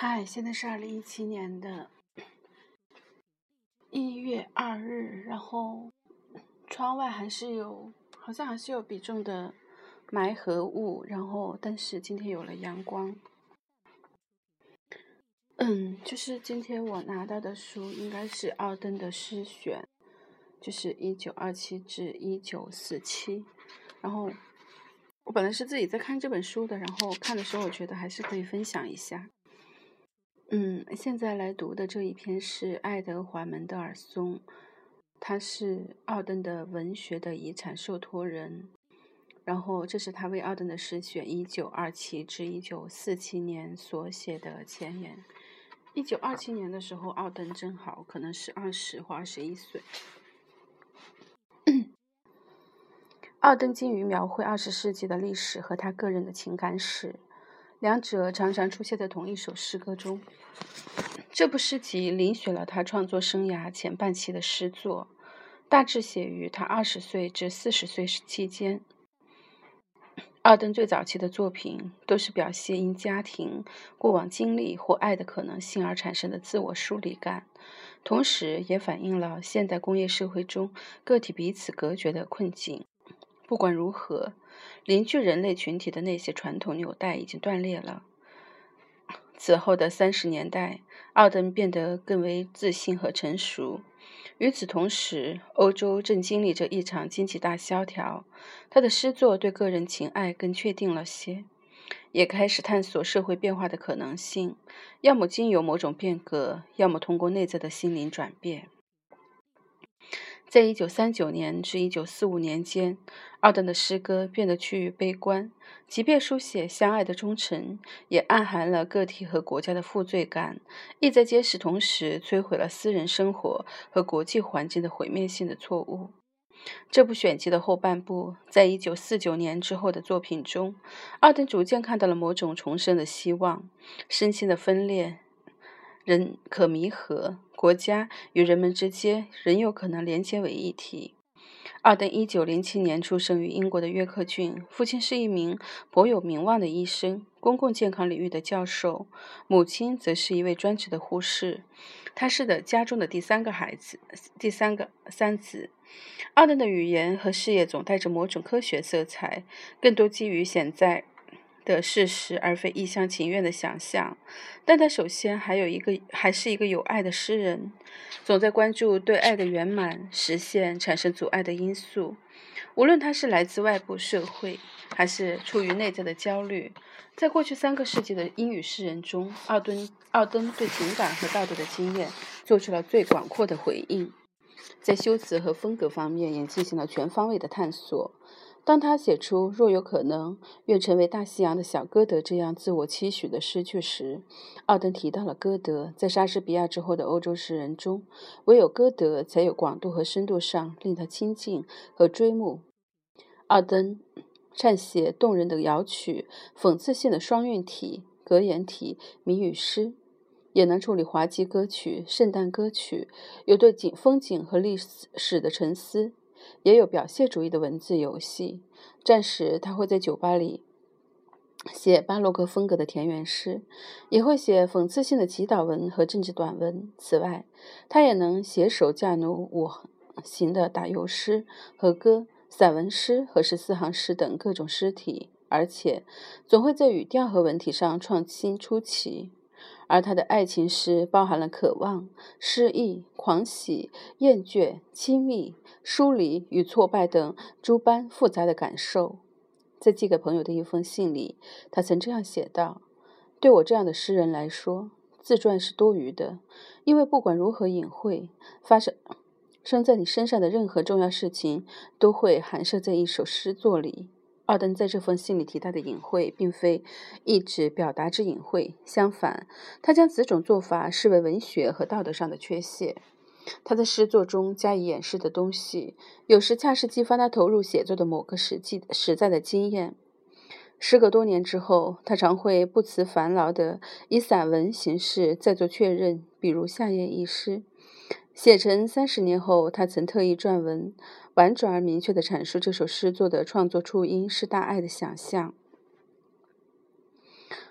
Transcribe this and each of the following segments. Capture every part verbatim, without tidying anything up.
嗨，现在是二零一七年的一月二日，然后窗外还是有，好像还是有比重的霾和雾，然后但是今天有了阳光。嗯，就是今天我拿到的书应该是奥登的诗选，就是一九二七至一九四七，然后我本来是自己在看这本书的，然后看的时候我觉得还是可以分享一下。嗯，现在来读的这一篇是爱德华·门德尔松，他是奥登的文学的遗产受托人。然后这是他为奥登的诗选一九二七至一九四七年所写的前言。一九二七年的时候，奥登正好可能是二十或二十一岁。奥登精于描绘二十世纪的历史和他个人的情感史，两者常常出现在同一首诗歌中。这部诗集遴选了他创作生涯前半期的诗作，大致写于他二十岁至四十岁期间。奥登最早期的作品都是表现因家庭、过往经历或爱的可能性而产生的自我疏离感，同时也反映了现代工业社会中个体彼此隔绝的困境。不管如何，邻居人类群体的那些传统纽带已经断裂了。此后的三十年代，奥登变得更为自信和成熟。与此同时，欧洲正经历着一场经济大萧条，他的诗作对个人情爱更确定了些，也开始探索社会变化的可能性，要么经由某种变革，要么通过内在的心灵转变。在一九三九年至一九四五年间，奥登的诗歌变得趋于悲观，即便书写相爱的忠诚，也暗含了个体和国家的负罪感，意在揭示同时摧毁了私人生活和国际环境的毁灭性的错误。这部选集的后半部，在一九四九年之后的作品中，奥登逐渐看到了某种重生的希望，身心的分裂仍可弥合，国家与人们之间仍有可能连接为一体。奥登一九零七年出生于英国的约克郡，父亲是一名颇有名望的医生，公共健康领域的教授，母亲则是一位专职的护士。他是的家中的第三个孩子，第三个三子。奥登的语言和事业总带着某种科学色彩，更多基于现在的事实，而非一厢情愿的想象。但他首先还有一个，还是一个有爱的诗人，总在关注对爱的圆满实现产生阻碍的因素，无论它是来自外部社会，还是出于内在的焦虑。在过去三个世纪的英语诗人中，奥登奥登对情感和道德的经验做出了最广阔的回应，在修辞和风格方面也进行了全方位的探索。当他写出若有可能愿成为大西洋的小歌德这样自我期许的诗句时，奥登提到了歌德。在莎士比亚之后的欧洲诗人中，唯有歌德才有广度和深度上令他亲近和追慕。奥登撰写动人的谣曲、讽刺性的双韵体、格言体、谜语诗，也能处理滑稽歌曲、圣诞歌曲，有对景风景和历史的沉思，也有表现主义的文字游戏。战时他会在酒吧里写巴洛克风格的田园诗，也会写讽刺性的祈祷文和政治短文。此外，他也能写手架奴五行的打油诗和歌、散文诗和十四行诗等各种诗体，而且总会在语调和文体上创新出奇。而他的爱情诗包含了渴望、失意、狂喜、厌倦、亲密、疏离与挫败等诸般复杂的感受。在寄给朋友的一封信里，他曾这样写道：对我这样的诗人来说，自传是多余的，因为不管如何隐晦，发生生在你身上的任何重要事情都会含摄在一首诗作里。奥登在这封信里提到的隐晦，并非意指表达之隐晦，相反，他将此种做法视为文学和道德上的缺陷。他在诗作中加以掩饰的东西，有时恰是激发他投入写作的某个实际实在的经验。时隔多年之后，他常会不辞烦劳地以散文形式再做确认，比如下页一诗。写成三十年后，他曾特意撰文，婉转而明确地阐述这首诗作的创作初因是大爱的想象。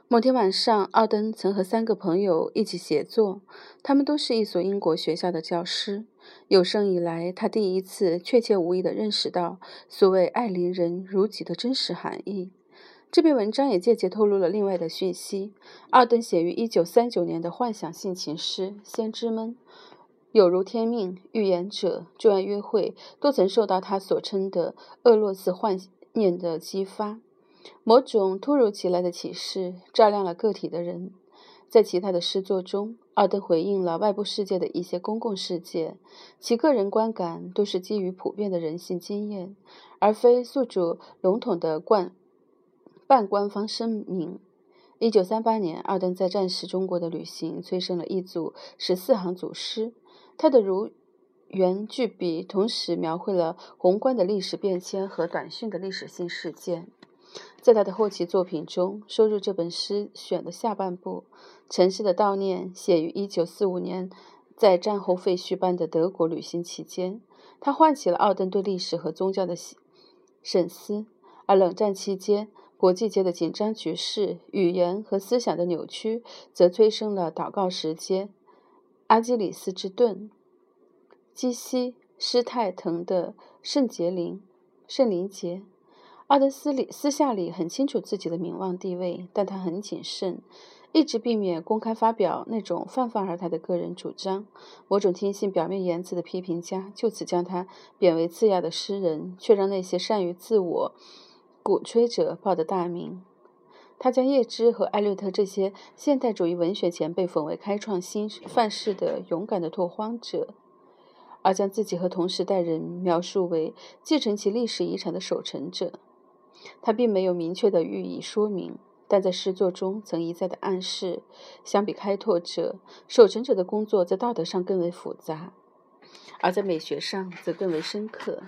某天晚上，奥登曾和三个朋友一起协作，他们都是一所英国学校的教师。有生以来，他第一次确切无疑地认识到所谓爱邻人如己的真实含义。这篇文章也间接透露了另外的讯息。奥登写于一九三九年的幻想性情诗《先知们》，有如天命、预言者、旧爱约会，都曾受到他所称的厄洛斯幻念的激发。某种突如其来的启示照亮了个体的人。在其他的诗作中，奥登回应了外部世界的一些公共事件，其个人观感都是基于普遍的人性经验，而非诉诸笼统的冠半官方声明。一九三八年，奥登在战时中国的旅行催生了一组十四行组诗，他的如原句笔同时描绘了宏观的历史变迁和短讯的历史性事件。在他的后期作品中收入这本诗选的下半部，城市的悼念写于一九四五年在战后废墟般的德国旅行期间，他唤起了奥登对历史和宗教的深思。而冷战期间国际间的紧张局势、语言和思想的扭曲，则催生了祷告时间、阿基里斯之盾、基西、施泰滕的圣杰林、圣灵节。奥登斯里私下里很清楚自己的名望地位，但他很谨慎，一直避免公开发表那种泛泛而谈的个人主张。某种听信表面言辞的批评家就此将他贬为次要的诗人，却让那些善于自我鼓吹者报得大名。他将叶芝和艾略特这些现代主义文学前辈讽为开创新范式的勇敢的拓荒者，而将自己和同时代人描述为继承其历史遗产的守成者。他并没有明确的予以说明，但在诗作中曾一再的暗示，相比开拓者，守成者的工作在道德上更为复杂，而在美学上则更为深刻。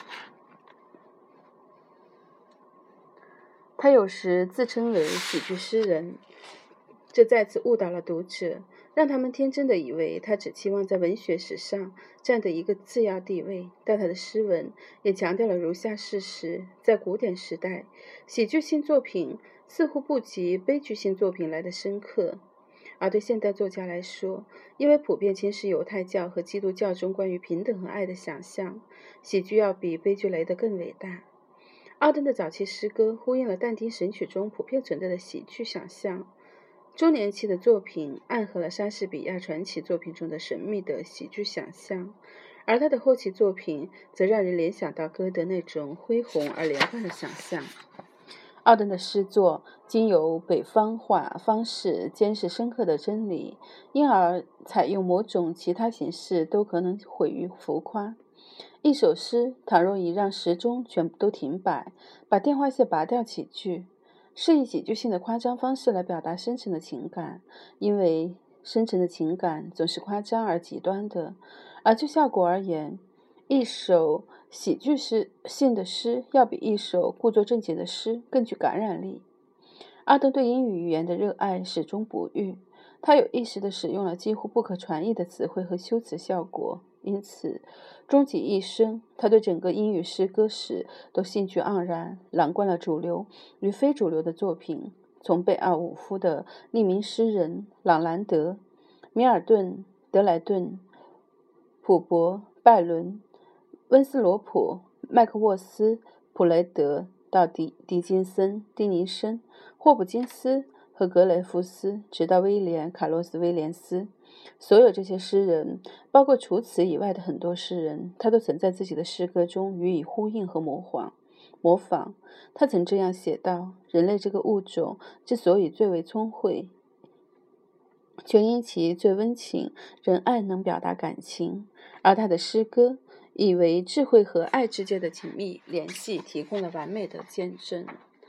他有时自称为喜剧诗人，这再次误导了读者，让他们天真的以为他只期望在文学史上占得一个次要地位。但他的诗文也强调了如下事实：在古典时代，喜剧性作品似乎不及悲剧性作品来的深刻，而对现代作家来说，因为普遍轻视犹太教和基督教中关于平等和爱的想象，喜剧要比悲剧来得更伟大。奥登的早期诗歌呼应了但丁《神曲》中普遍存在的喜剧想象，中年期的作品暗合了莎士比亚传奇作品中的神秘的喜剧想象，而他的后期作品则让人联想到歌德那种恢宏而连贯的想象。奥登的诗作经由北方化方式监视深刻的真理，因而采用某种其他形式都可能毁于浮夸。一首诗倘若以让时钟全部都停摆，把电话线拔掉起句，是以喜剧性的夸张方式来表达深沉的情感，因为深沉的情感总是夸张而极端的。而就效果而言，一首喜剧性的诗要比一首故作正经的诗更具感染力。阿登对英语语言的热爱始终不渝，他有意识地使用了几乎不可传译的词汇和修辞效果，因此终其一生，他对整个英语诗歌史都兴趣盎然，览观了主流与非主流的作品，从贝奥武夫的匿名诗人朗兰德、米尔顿、德莱顿、普伯、拜伦、温斯罗普、麦克沃斯、普雷德到迪狄金森、丁尼生、霍普金斯和格雷夫斯，直到威廉·卡洛斯·威廉斯。所有这些诗人，包括除此以外的很多诗人，他都曾在自己的诗歌中予以呼应和模仿。模仿他曾这样写道：人类这个物种之所以最为聪慧，全因其最温情仁爱能表达感情，而他的诗歌以为智慧和爱之间的紧密联系提供了完美的见证。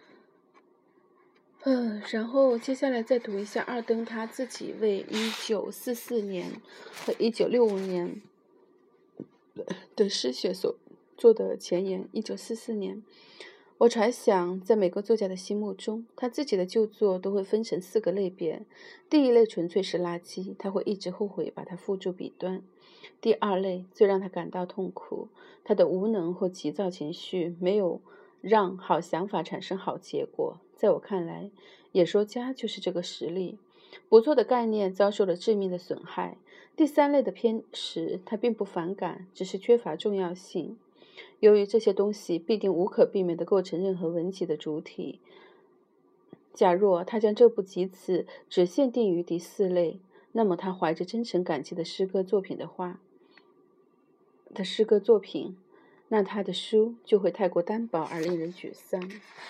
呃，然后接下来再读一下二登他自己为一九四四年和一九六五年的诗学所做的前言。一九四四年，我揣想在每个作家的心目中，他自己的旧作都会分成四个类别。第一类纯粹是垃圾，他会一直后悔把它付诸笔端。第二类最让他感到痛苦，他的无能或急躁情绪没有让好想法产生好结果。 在我看来，演说家就是这个实力。不错的概念遭受了致命的损害。第三类的偏食，他并不反感，只是缺乏重要性。由于这些东西必定无可避免地构成任何文集的主体，假若他将这部集子只限定于第四类，那么他怀着真诚感激的诗歌作品的话，的诗歌作品，那他的书就会太过单薄而令人沮丧。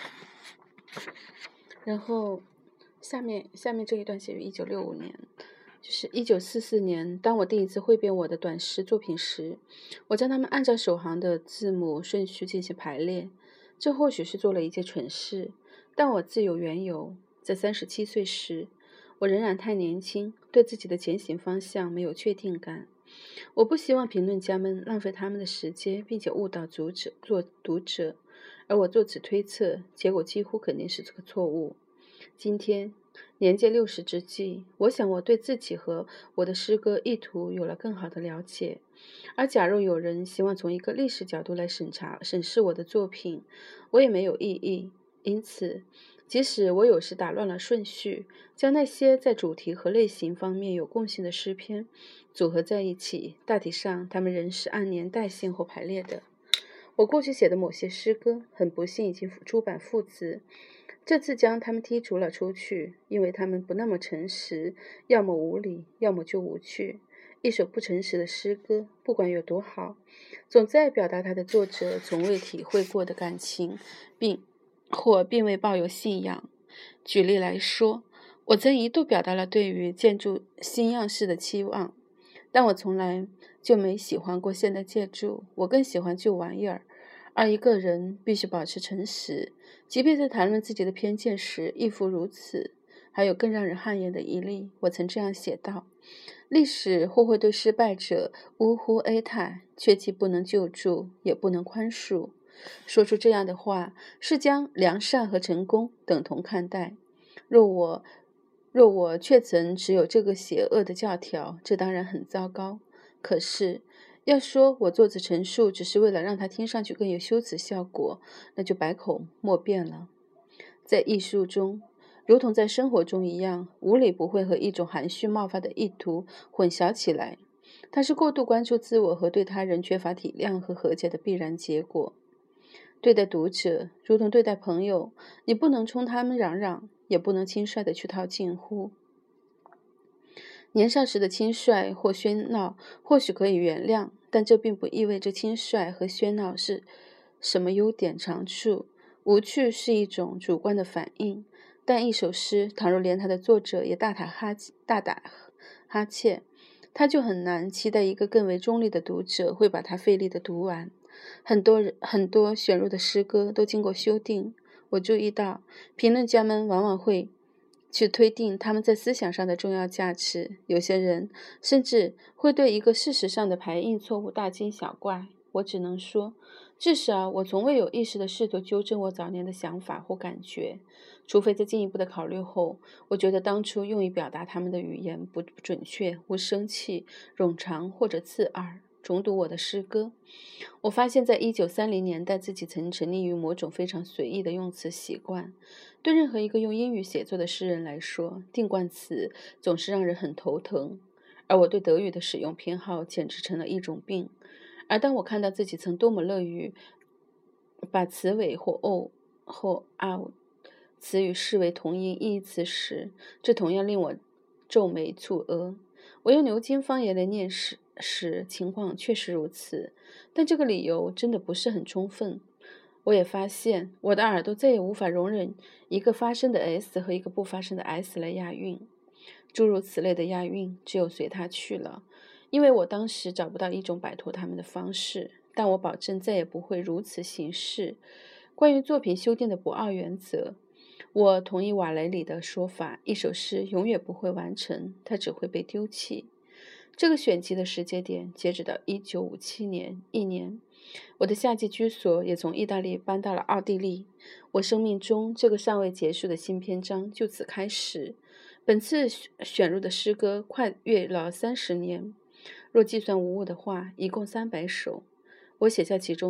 然后下面下面这一段写于一九六五年，就是一九四四年，当我第一次汇编我的短诗作品时，我将它们按照首行的字母顺序进行排列。这或许是做了一件蠢事，但我自有缘由。在三十七岁时，我仍然太年轻，对自己的前行方向没有确定感。我不希望评论家们浪费他们的时间，并且误导读者做读者，而我做此推测，结果几乎肯定是这个错误。今天年届六十之际，我想我对自己和我的诗歌意图有了更好的了解。而假如有人希望从一个历史角度来审查审视我的作品，我也没有异议。因此，即使我有时打乱了顺序，将那些在主题和类型方面有共性的诗篇组合在一起，大体上它们仍是按年代性或排列的。我过去写的某些诗歌，很不幸已经出版复字，这次将它们剔除了出去，因为它们不那么诚实，要么无理，要么就无趣。一首不诚实的诗歌，不管有多好，总在表达它的作者从未体会过的感情，并或并未抱有信仰。举例来说，我曾一度表达了对于建筑新样式的期望，但我从来就没喜欢过现代建筑，我更喜欢旧玩意儿。而一个人必须保持诚实，即便在谈论自己的偏见时亦复如此。还有更让人汗颜的一例，我曾这样写道：历史或会对失败者呜呼哀叹，却既不能救助，也不能宽恕。说出这样的话，是将良善和成功等同看待。若我若我确曾持有这个邪恶的教条，这当然很糟糕。可是要说我做此陈述只是为了让它听上去更有修辞效果，那就百口莫辩了。在艺术中，如同在生活中一样，无理不会和一种含蓄冒发的意图混淆起来，它是过度关注自我和对他人缺乏体谅和和解的必然结果。对待读者如同对待朋友，你不能冲他们嚷嚷，也不能轻率地去套近乎。年少时的轻率或喧闹或许可以原谅，但这并不意味着轻率和喧闹是什么优点长处。无趣是一种主观的反应，但一首诗倘若连它的作者也大打哈大打哈欠，他就很难期待一个更为中立的读者会把它费力地读完。很多人很多选入的诗歌都经过修订，我注意到评论家们往往会去推定他们在思想上的重要价值，有些人甚至会对一个事实上的排印错误大惊小怪。我只能说，至少我从未有意识地试图纠正我早年的想法或感觉，除非在进一步的考虑后，我觉得当初用以表达他们的语言不准确、无生气、冗长或者刺耳。重读我的诗歌，我发现在一九三零年代自己曾沉溺于某种非常随意的用词习惯。对任何一个用英语写作的诗人来说，定冠词总是让人很头疼，而我对德语的使用偏好简直成了一种病。而当我看到自己曾多么乐于把词尾或 o 或 out 词语视为同音异义词时，这同样令我皱眉蹙额。我用牛津方言来念诗时，情况确实如此，但这个理由真的不是很充分。我也发现，我的耳朵再也无法容忍一个发声的 s 和一个不发声的 s 来押韵。诸如此类的押韵，只有随它去了，因为我当时找不到一种摆脱它们的方式，但我保证再也不会如此行事。关于作品修订的不二原则，我同意瓦雷里的说法，一首诗永远不会完成，它只会被丢弃。这个选集的时间点截止到一九五七年，一年。我的夏季居所也从意大利搬到了奥地利，我生命中这个尚未结束的新篇章就此开始。本次选入的诗歌跨越了三十年，若计算无误的话，一共三百首。我写下其中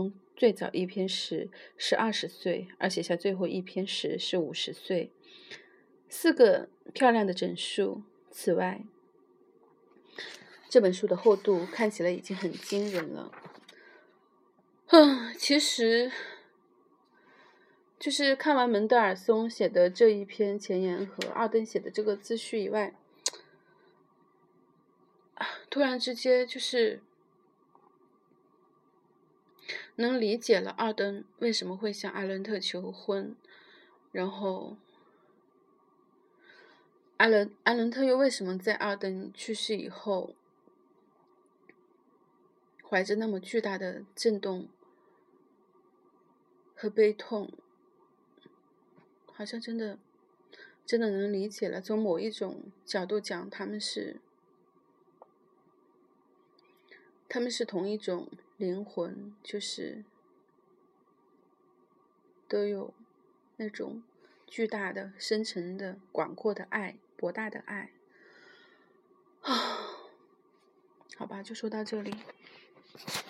最早一篇时是二十岁，而写下最后一篇时是五十岁，四个漂亮的整数。此外，这本书的厚度看起来已经很惊人了。哼，其实就是看完门德尔松写的这一篇前言和奥登写的这个自序以外，突然之间就是能理解了奥登为什么会向艾伦特求婚，然后艾伦艾伦特又为什么在奥登去世以后怀着那么巨大的震动和悲痛，好像真的真的能理解了。从某一种角度讲，他们是他们是同一种灵魂，就是都有那种巨大的、深沉的、广阔的爱，博大的爱。啊，好吧，就说到这里。